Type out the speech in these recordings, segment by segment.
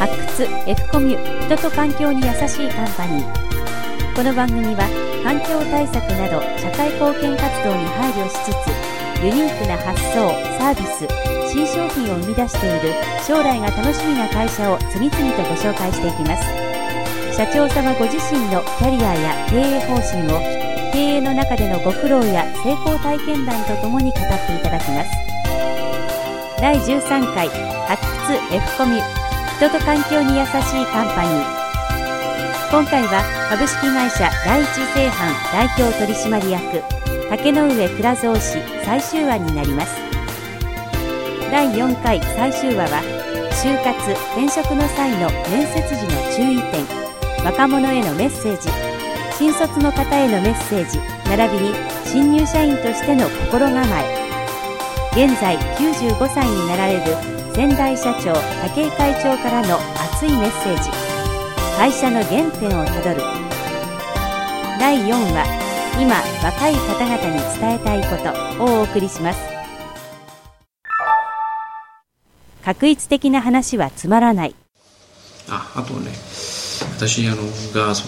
発掘 F コミュ人と環境に優しいカンパニー。この番組は環境対策など社会貢献活動に配慮しつつ、ユニークな発想、サービス、新商品を生み出している将来が楽しみな会社を次々とご紹介していきます。社長様ご自身のキャリアや経営方針を経営の中でのご苦労や成功体験談とともに語っていただきます。第13回発掘 F コミュ人と環境に優しいカンパニー。今回は株式会社第一製販代表取締役竹上倉蔵氏最終話になります。第4回最終話は就活・転職の際の面接時の注意点、若者へのメッセージ、新卒の方へのメッセージ並びに新入社員としての心構え、現在95歳になられる先代社長武井会長からの熱いメッセージ、会社の原点をたどる。第4話、今若い方々に伝えたいことをお送りします。画一的な話はつまらない。 あとね、私がそ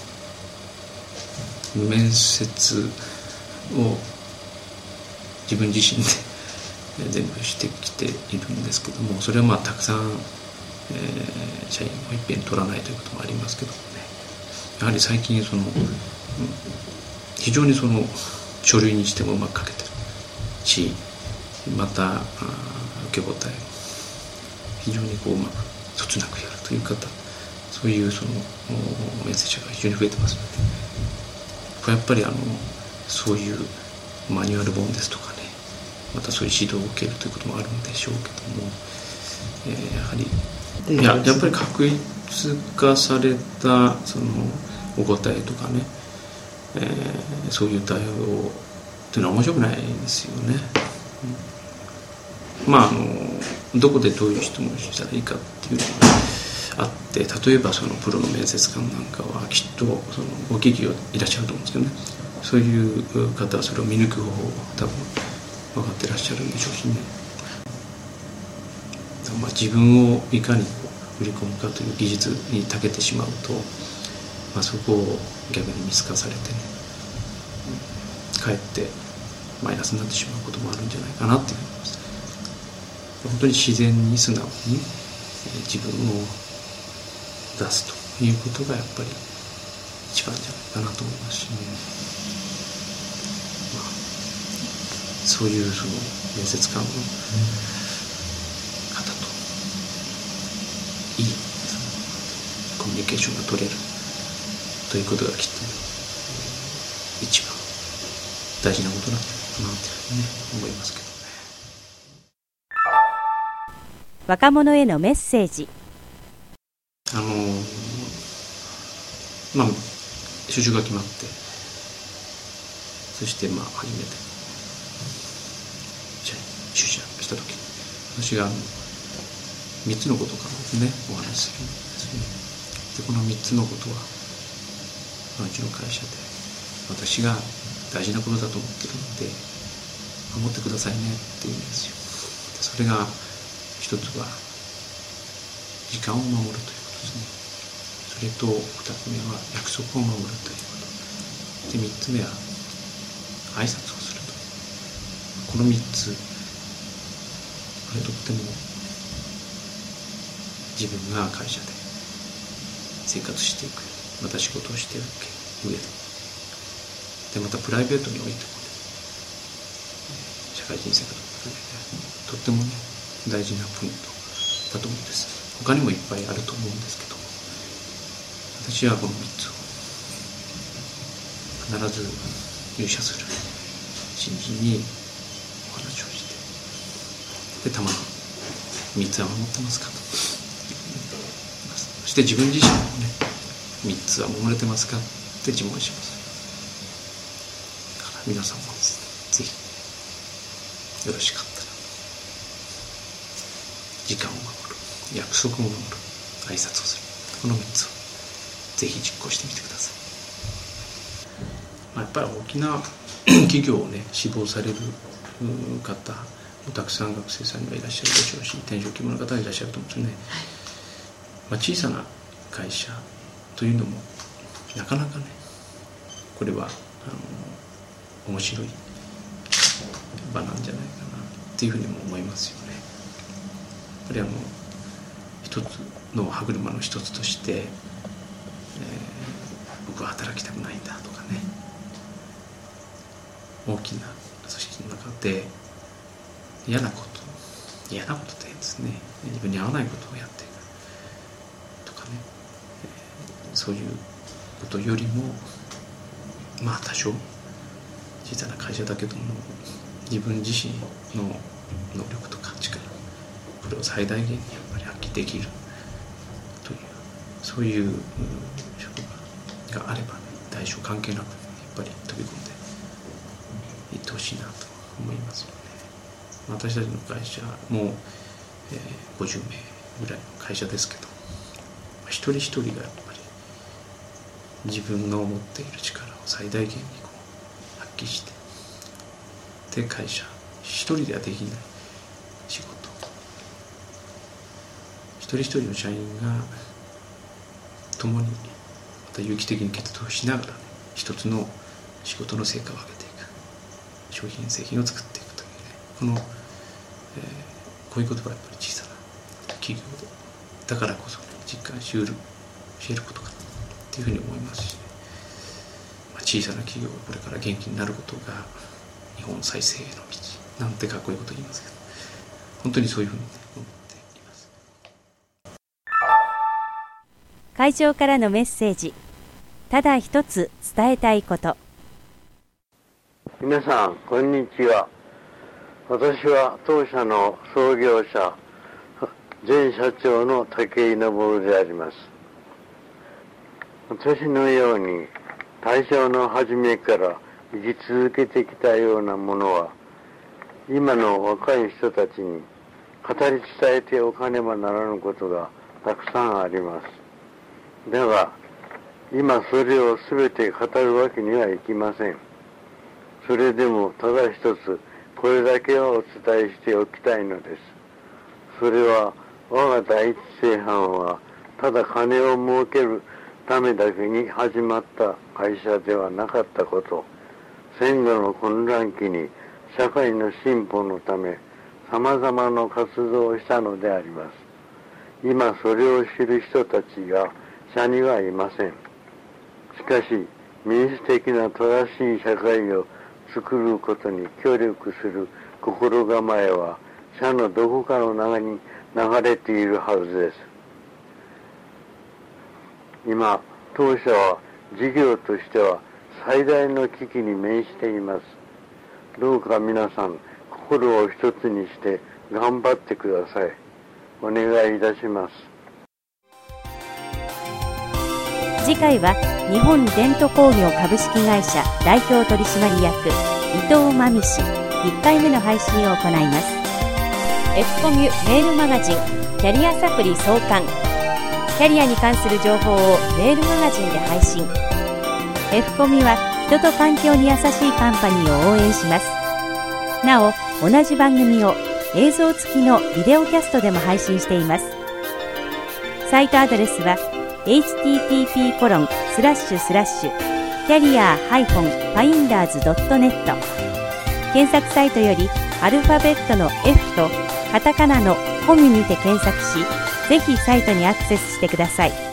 の面接を自分自身で全部してきているんですけども、それはたくさん、社員をいっぺんに取らないということもありますけどもね、やはり最近非常に書類にしてもうまく書けてるし、また受け答えも非常にうまくそつなくやるという方、そういう面接者が非常に増えてますので、これやっぱりそういうマニュアル本ですとかね、またそういう指導を受けるということもあるんでしょうけども、やはりやっぱり確一化されたお答えとかね、そういう対応というのは面白くないですよね。どこでどういう質問をしたらいいかっていうのがあって、例えばプロの面接官なんかはきっとご企業いらっしゃると思うんですけどね、そういう方はそれを見抜く方法を多分分かってらっしゃるんでしょうしね。自分をいかに売り込むかという技術に長けてしまうと、そこを逆に見透かされてね、かえってマイナスになってしまうこともあるんじゃないかなっていうふうに思います。本当に自然に素直に自分を出すということがやっぱり一番じゃないかなと思いますしね。そういう面接官の方といいコミュニケーションが取れるということがきっと一番大事なことなんじゃないかなというふうにね思いますけどね。 若者へのメッセージ。 就職が決まって、そして初めて出社した時、私が3つのことからですねお話しするんですね。でこの3つのことはうちの会社で私が大事なことだと思ってるので守ってくださいねって言うんですよ。それが一つは時間を守るということですね。それと2つ目は約束を守るということで、3つ目は挨拶をすると。この3つ、これとっても自分が会社で生活していく、また仕事をしていく上でまたプライベートにおいてもね、社会人生活の上でとってもね大事なポイントだと思うんです。他にもいっぱいあると思うんですけども、私はこの3つを必ず入社する新人にお話をして、でたまに3つは守ってますかと、そして自分自身もね3つは守れてますかって自問します。だから皆さんもぜひよろしかったら時間を守る、約束を守る、挨拶をする、この3つをぜひ実行してみてください。やっぱり大きな企業をね志望される方もたくさん学生さんにはいらっしゃるでしょうし、転職希望の方がいらっしゃると思うんですよね。 小さな会社というのもなかなかね、これは面白い場なんじゃないかなっていうふうにも思いますよね。やっぱり一つの歯車の一つとして、僕は働きたくないんだとかね、大きな組織の中で嫌なことでですね、自分に合わないことをやっていくとかね、そういうことよりも多少小さな会社だけども自分自身の能力とか力、これを最大限にやっぱり発揮できるという、そういう職場があればね、大小関係なくやっぱり飛び込んでいってほしいなと思いますよね。私たちの会社も、50名ぐらいの会社ですけど、一人一人がやっぱり自分の持っている力を最大限に発揮して、で会社一人ではできない仕事、一人一人の社員が共にまた有機的に結合しながら、ね、一つの仕事の成果を上げていく、商品製品を作っていくというね、こういうことはやっぱり小さな企業だからこそ実感し得ることかなっていうふうに思いますし、ね、小さな企業がこれから元気になることが日本再生への道なんてかっこいいこと言いますけど、本当にそういうふうに、ね、思っています。 会場からのメッセージ。ただ一つ伝えたいこと。 皆さんこんにちは。私は当社の創業者前社長の武井昇であります。私のように大正の初めから生き続けてきたようなものは、今の若い人たちに語り伝えておかねばならぬことがたくさんあります。だが今それを全て語るわけにはいきません。それでもただ一つこれだけはお伝えしておきたいのです。それは我が第一製版はただ金を儲けるためだけに始まった会社ではなかったこと、戦後の混乱期に社会の進歩のため様々な活動をしたのであります。今それを知る人たちが社にはいません。しかし民主的な正しい社会を作ることに協力する心構えは社のどこかの中に流れているはずです。今当社は事業としては最大の危機に面しています。どうか皆さん心を一つにして頑張ってください。お願いいたします。 次回は日本伝統工業株式会社代表取締役伊藤真美氏1回目の配信を行います。Fコミュメールマガジンキャリアサプリ創刊、キャリアに関する情報をメールマガジンで配信。Fコミは人と環境に優しいカンパニーを応援します。なお同じ番組を映像付きのビデオキャストでも配信しています。サイトアドレスはhttp://carrier-finders.net 検索サイトよりアルファベットの F とカタカナのコミュにて検索し、ぜひサイトにアクセスしてください。